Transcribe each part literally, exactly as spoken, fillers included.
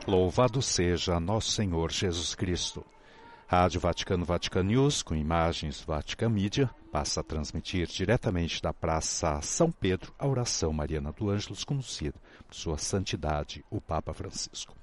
Louvado seja nosso Senhor Jesus Cristo. Rádio Vaticano Vatican News, com imagens Vatican Media, passa a transmitir diretamente da Praça São Pedro a oração mariana do Ângelus, conduzida por Sua Santidade, o Papa Francisco.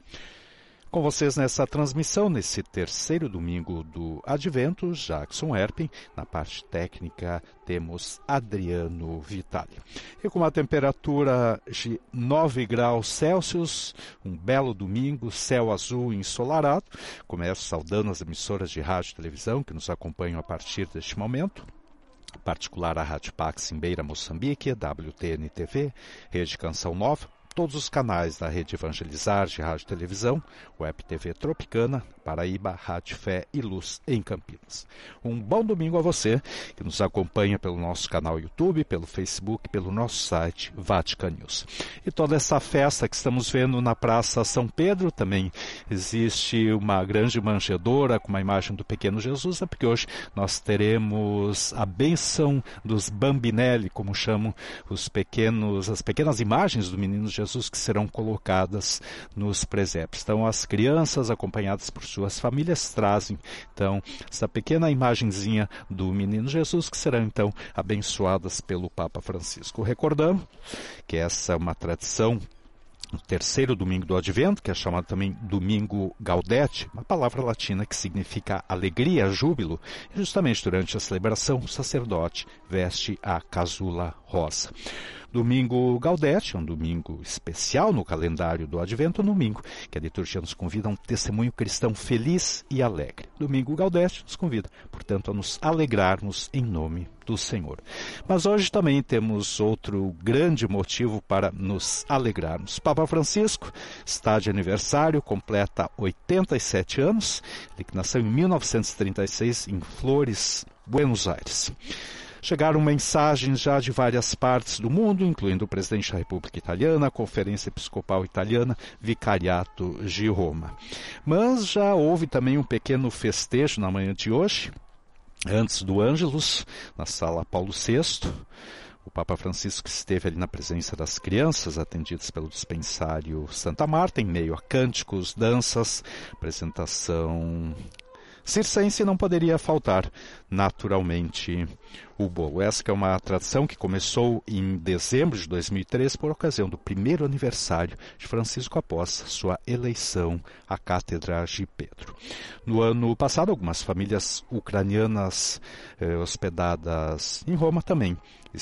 Com vocês nessa transmissão, nesse terceiro domingo do Advento, Jackson Erpen. Na parte técnica temos Adriano Vitali. E com uma temperatura de nove graus Celsius, um belo domingo, céu azul e ensolarado. Começo saudando as emissoras de rádio e televisão que nos acompanham a partir deste momento. Em particular a Rádio Pax em Beira, Moçambique, W T N T V, Rede Canção Nova, todos os canais da Rede Evangelizar de Rádio e Televisão, Web T V Tropicana, Paraíba, Rádio Fé e Luz em Campinas. Um bom domingo a você que nos acompanha pelo nosso canal YouTube, pelo Facebook, pelo nosso site Vatican News. E toda essa festa que estamos vendo na Praça São Pedro, também existe uma grande manjedoura com uma imagem do pequeno Jesus, é porque hoje nós teremos a bênção dos bambinelli, como chamam os pequenos, as pequenas imagens do menino Jesus que serão colocadas nos presépios. Então as crianças acompanhadas por suas famílias trazem então essa pequena imagenzinha do menino Jesus que serão então abençoadas pelo Papa Francisco. Recordando que essa é uma tradição no terceiro domingo do Advento, que é chamado também Domingo Gaudete, uma palavra latina que significa alegria, júbilo, e justamente durante a celebração o sacerdote veste a casula rosa. Domingo Gaudete é um domingo especial no calendário do Advento, um domingo que a liturgia nos convida a um testemunho cristão feliz e alegre. Domingo Gaudete nos convida, portanto, a nos alegrarmos em nome do Senhor. Mas hoje também temos outro grande motivo para nos alegrarmos. Papa Francisco está de aniversário, completa oitenta e sete anos, ele que nasceu em mil novecentos e trinta e seis em Flores, Buenos Aires. Chegaram mensagens já de várias partes do mundo, incluindo o presidente da República Italiana, a Conferência Episcopal Italiana, Vicariato de Roma. Mas já houve também um pequeno festejo na manhã de hoje, antes do Ângelus, na Sala Paulo sexto. O Papa Francisco esteve ali na presença das crianças, atendidas pelo dispensário Santa Marta, em meio a cânticos, danças, apresentação circense, não poderia faltar, naturalmente, o bolo. Essa que é uma tradição que começou em dezembro de dois mil e três, por ocasião do primeiro aniversário de Francisco após sua eleição à Cátedra de Pedro. No ano passado, algumas famílias ucranianas eh, hospedadas em Roma também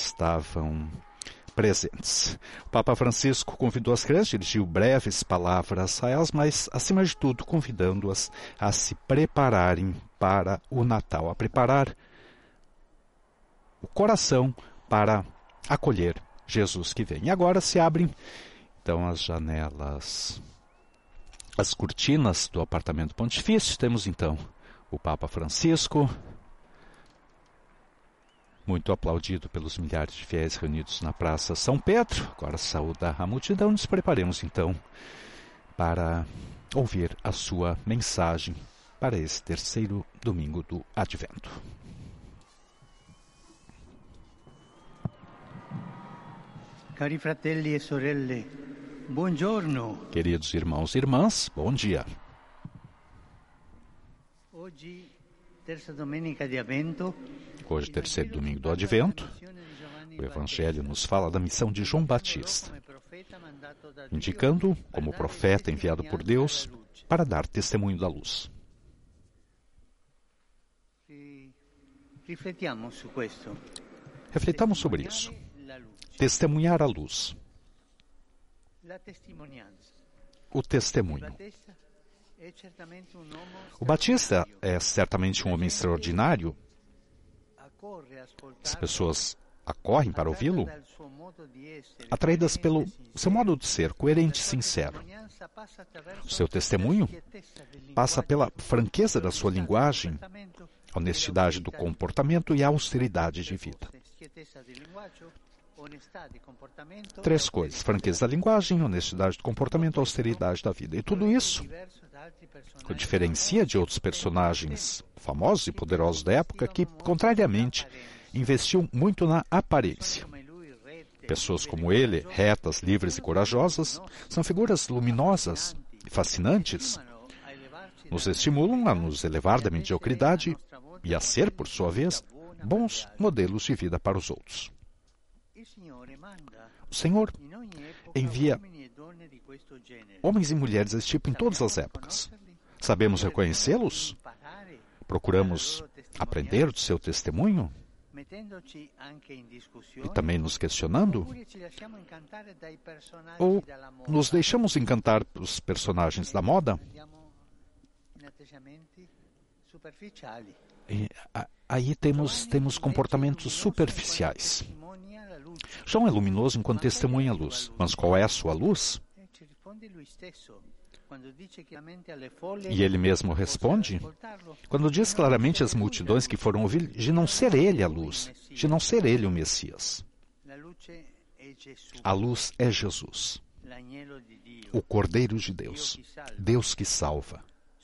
estavam presentes. O Papa Francisco convidou as crianças, dirigiu breves palavras a elas, mas, acima de tudo, convidando-as a se prepararem para o Natal, a preparar o coração para acolher Jesus que vem. E agora se abrem, então, as janelas, as cortinas do apartamento pontifício. Temos, então, o Papa Francisco, muito aplaudido pelos milhares de fiéis reunidos na Praça São Pedro. Agora saúda a multidão. Nos preparemos então para ouvir a sua mensagem para esse terceiro domingo do Advento. Cari fratelli e sorelle, buongiorno. Queridos irmãos e irmãs, bom dia. Hoje, terça domenica di Avvento. Hoje, terceiro domingo do Advento, o Evangelho nos fala da missão de João Batista, indicando-o como profeta enviado por Deus para dar testemunho da luz. Refletamos sobre isso. Testemunhar a luz. O testemunho. O Batista é certamente um homem extraordinário. As pessoas acorrem para ouvi-lo, atraídas pelo seu modo de ser, coerente e sincero. O seu testemunho passa pela franqueza da sua linguagem, honestidade do comportamento e austeridade de vida. Três coisas: franqueza da linguagem, honestidade do comportamento, austeridade da vida. E tudo isso o diferencia de outros personagens famosos e poderosos da época que, contrariamente, investiam muito na aparência. Pessoas como ele, retas, livres e corajosas, são figuras luminosas fascinantes nos estimulam a nos elevar da mediocridade e a ser, por sua vez, bons modelos de vida para os outros. O Senhor envia homens e mulheres desse tipo em todas as épocas. Sabemos reconhecê-los? Procuramos aprender do seu testemunho? E também nos questionando? Ou nos deixamos encantar pelos personagens da moda? E aí temos, temos comportamentos superficiais. João é luminoso enquanto testemunha a luz. Mas qual é a sua luz? E ele mesmo responde, quando diz claramente às multidões que foram ouvir, de não ser ele a luz, de não ser ele o Messias. A luz é Jesus, o Cordeiro de Deus, Deus que salva.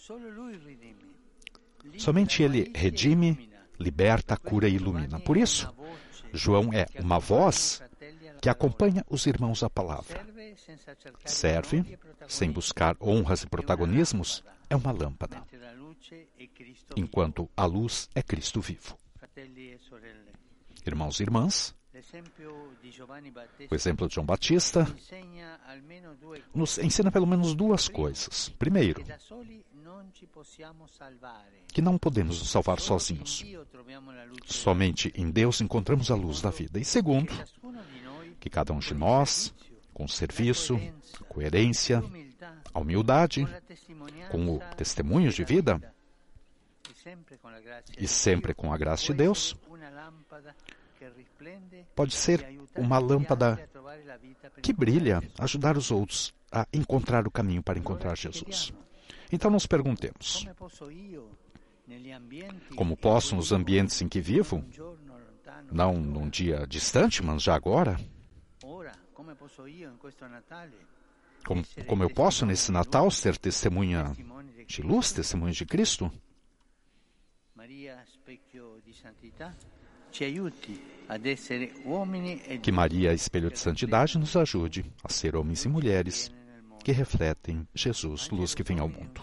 Somente ele redime, liberta, cura e ilumina. Por isso, João é uma voz que acompanha os irmãos à palavra. Serve, sem buscar honras e protagonismos, é uma lâmpada, enquanto a luz é Cristo vivo. Irmãos e irmãs, o exemplo de João Batista nos ensina pelo menos duas coisas. Primeiro, que não podemos nos salvar sozinhos. Somente em Deus encontramos a luz da vida. E segundo, que cada um de nós, com serviço, coerência, a humildade, com o testemunho de vida, e sempre com a graça de Deus, pode ser uma lâmpada que brilha, ajudar os outros a encontrar o caminho para encontrar Jesus. Então nos perguntemos, como posso, nos ambientes em que vivo, não num dia distante, mas já agora, como, como eu posso nesse Natal ser testemunha de luz, testemunha de Cristo? Que Maria, espelho de santidade, nos ajude a ser homens e mulheres que refletem Jesus, luz que vem ao mundo.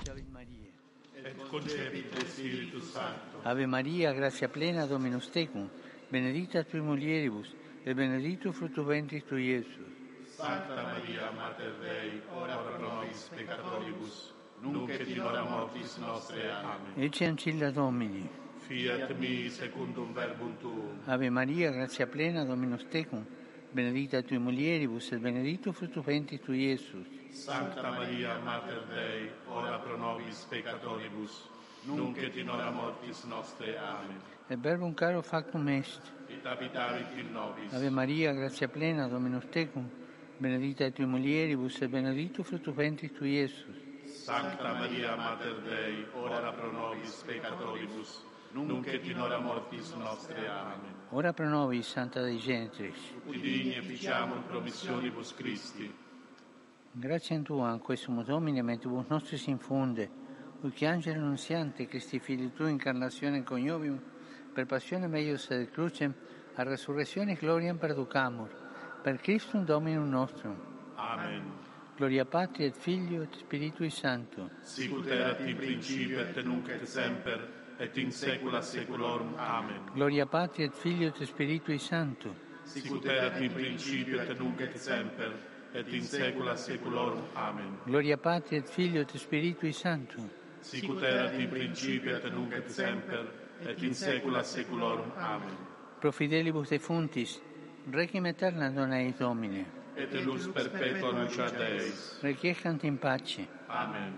Ave Maria, gratia plena, Dominus tecum, benedicta tui mulieribus, et benedictus fructus ventris tui, Iesus. Sancta Maria, Mater Dei, ora pro nobis peccatoribus, nunc et in hora mortis nostre. Amen. Ecce ancilla Domini. Fiat mi secundum verbum tuum. Ave Maria, gratia plena, Dominus tecum, benedicta tui mulieribus, et benedictus fructus ventris tui, Iesus. Sancta Maria, Mater Dei, ora pro nobis peccatoribus, nunc et in hora mortis nostre. Amen. Et verbum caro factum est. Et habitavit in nobis. Ave Maria, gratia plena, Dominus tecum, benedicta tui mulieribus, et benedictus fructus ventris tui, Iesus. Sancta Maria, Mater Dei, ora pro nobis peccatoribus, nunc et in hora mortis nostre. Amen. Ora pro nobis, Santa Dei Gentris. Ut digni efficiamur promissionibus Christi. Grazie a Tua, in questo Domine, mentibus nostris infunde, ut angelo annunziante, Christi Fili Tu, incarnazione coniovium, per passione meius et crucem, a resurrezione gloriam perducamur, per Christum Dominum nostrum. Amen. Gloria Patri et Filio et Spiritui Sancto. Sicut erat in principio et nunc et semper, et in saecula saeculorum. Amen. Gloria Patri et Filio et Spiritui Sancto. Sicut erat in principio et nunc et semper, et in saecula saeculorum. Amen. Gloria Patri et Filio et Spiritui Sancto. Sicut erat in principio et nunc et semper, et in saecula saeculorum. Amen. Pro fidelibus defuntis, requiem aeterna dona eis Domine. Et lux perpetua luceat Deis. Requiescant in pace. Amen.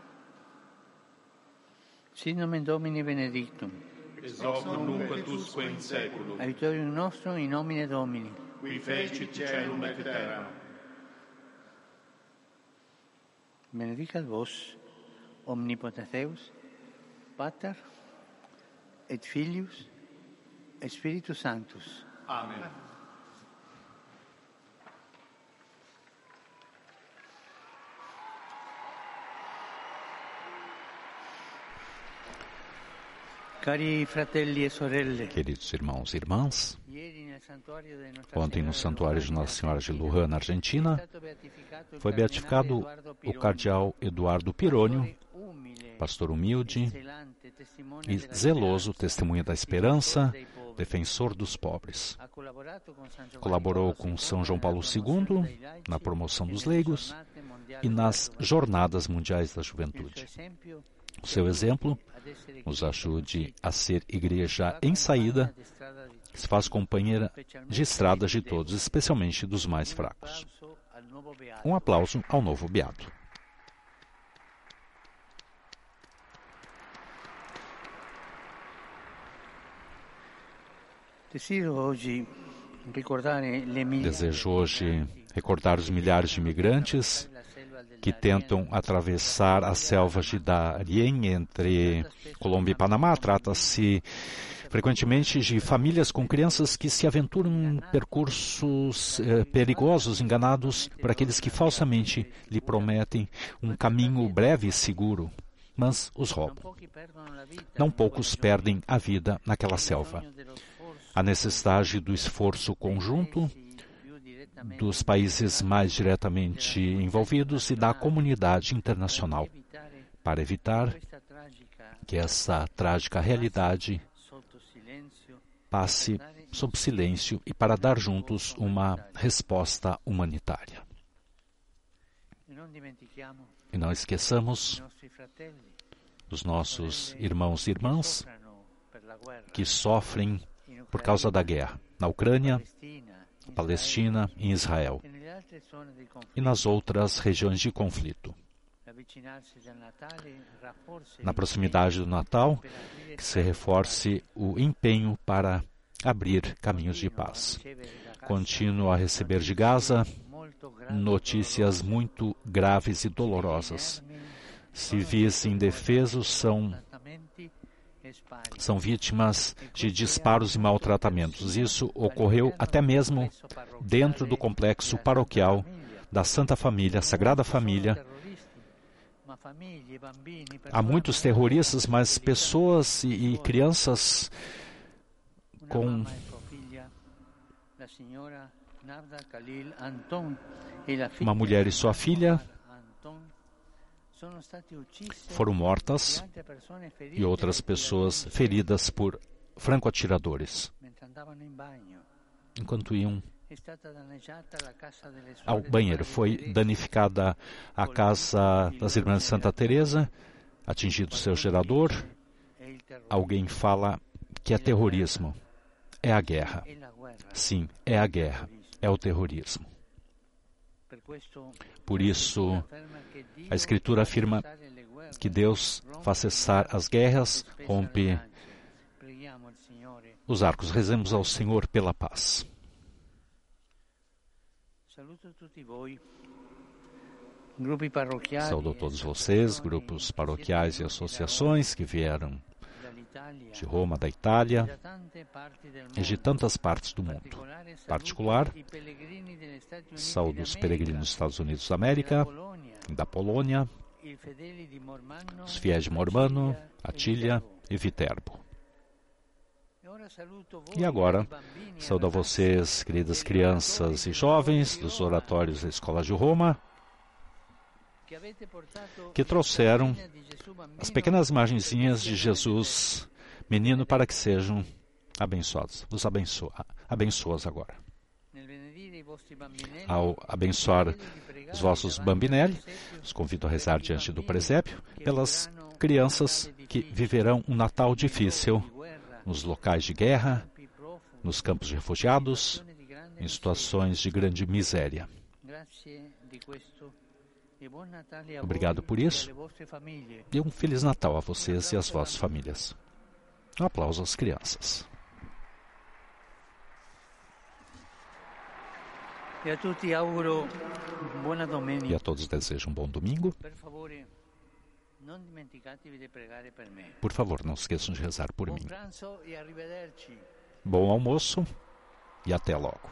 Sit nomen Domini benedictum. Ex hoc nunc et usque in saeculum. Aiutorium nostrum in nomine Domini. Qui fecit caelum et terram. Benedicat vos, omnipotens Deus, Pater, et Filius, et Spiritus Sanctus. Amen. Cari fratelli e sorelle, Queridos irmãos e irmãs, ontem no santuário de Nossa Senhora de Luján, na Argentina, foi beatificado o cardeal Eduardo Pirônio, pastor humilde e zeloso, testemunha da esperança, defensor dos pobres. Colaborou com São João Paulo segundo na promoção dos leigos e nas Jornadas Mundiais da Juventude. O seu exemplo nos ajude a ser igreja em saída, que se faz companheira de estradas de todos, especialmente dos mais fracos. Um aplauso ao novo beato. Desejo hoje recordar os milhares de imigrantes que tentam atravessar as selvas de Darién entre Colômbia e Panamá. Trata-se frequentemente de famílias com crianças que se aventuram em percursos eh, perigosos, enganados por aqueles que falsamente lhe prometem um caminho breve e seguro, mas os roubam. Não poucos perdem a vida naquela selva. A necessidade do esforço conjunto dos países mais diretamente envolvidos e da comunidade internacional para evitar que essa trágica realidade passe sob silêncio e para dar juntos uma resposta humanitária. E não esqueçamos dos nossos irmãos e irmãs que sofrem por causa da guerra na Ucrânia, Palestina e Israel, e nas outras regiões de conflito. Na proximidade do Natal, que se reforce o empenho para abrir caminhos de paz. Continuo a receber de Gaza notícias muito graves e dolorosas. Civis indefesos são São vítimas de disparos e maltratamentos. Isso ocorreu até mesmo dentro do complexo paroquial da Santa Família, Sagrada Família. Há muitos terroristas, mas pessoas e, e crianças com uma mulher e sua filha foram mortas e outras pessoas feridas por franco-atiradores enquanto iam ao banheiro. Foi danificada a casa das Irmãs de Santa Teresa, atingido seu gerador. Alguém fala que é terrorismo. É a guerra. Sim, é a guerra. É o terrorismo. Por isso, a Escritura afirma que Deus faz cessar as guerras, rompe os arcos. Rezemos ao Senhor pela paz. Saúdo a todos vocês, grupos paroquiais e associações que vieram de Roma, da Itália e de tantas partes do mundo. Em particular, saúdo os peregrinos dos Estados Unidos da América, da Polônia, os fiéis de Mormano, Atília e Viterbo. E agora, saúdo a vocês, queridas crianças e jovens dos oratórios da Escola de Roma, que trouxeram as pequenas imagenzinhas de Jesus, menino, para que sejam abençoados. Vos abençoa, abençoas agora. Ao abençoar os vossos bambinelli, os convido a rezar diante do presépio pelas crianças que viverão um Natal difícil nos locais de guerra, nos campos de refugiados, em situações de grande miséria. Obrigado por isso e um Feliz Natal a vocês e às vossas famílias. Um aplauso às crianças. E a todos desejo um bom domingo. Por favor, não se esqueçam de rezar por mim. Bom almoço e até logo.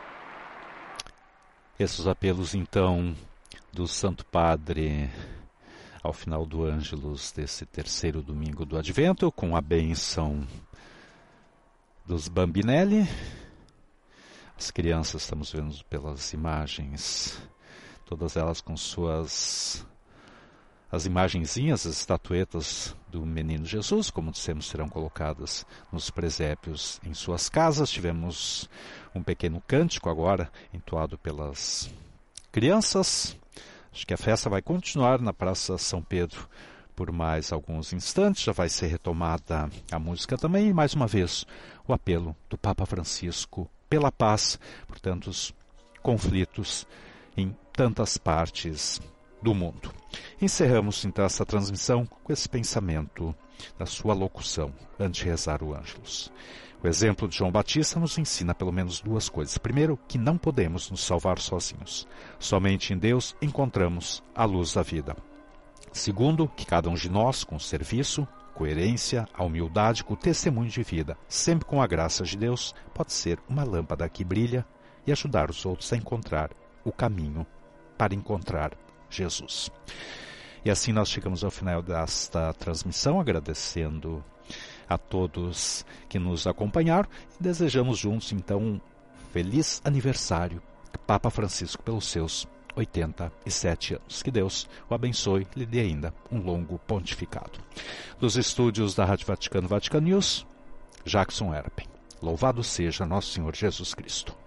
Esses apelos, então, do Santo Padre ao final do Ângelus desse terceiro domingo do Advento, com a bênção dos Bambinelli. As crianças, estamos vendo pelas imagens, todas elas com suas... as imagenzinhas, as estatuetas do Menino Jesus, como dissemos, serão colocadas nos presépios em suas casas. Tivemos um pequeno cântico agora, entoado pelas crianças. Acho que a festa vai continuar na Praça São Pedro por mais alguns instantes. Já vai ser retomada a música também. E mais uma vez, o apelo do Papa Francisco pela paz por tantos conflitos em tantas partes do mundo. Encerramos então essa transmissão com esse pensamento da sua locução antes de rezar o Ângelus. O exemplo de João Batista nos ensina pelo menos duas coisas. Primeiro, que não podemos nos salvar sozinhos. Somente em Deus encontramos a luz da vida. Segundo, que cada um de nós, com serviço, coerência, a humildade, com o testemunho de vida, sempre com a graça de Deus, pode ser uma lâmpada que brilha e ajudar os outros a encontrar o caminho para encontrar Jesus. E assim nós chegamos ao final desta transmissão, agradecendo a todos que nos acompanharam e desejamos juntos então um feliz aniversário Papa Francisco pelos seus oitenta e sete anos. Que Deus o abençoe e lhe dê ainda um longo pontificado. Dos estúdios da Rádio Vaticano, Vatican News, Jackson Erpen. Louvado seja nosso Senhor Jesus Cristo.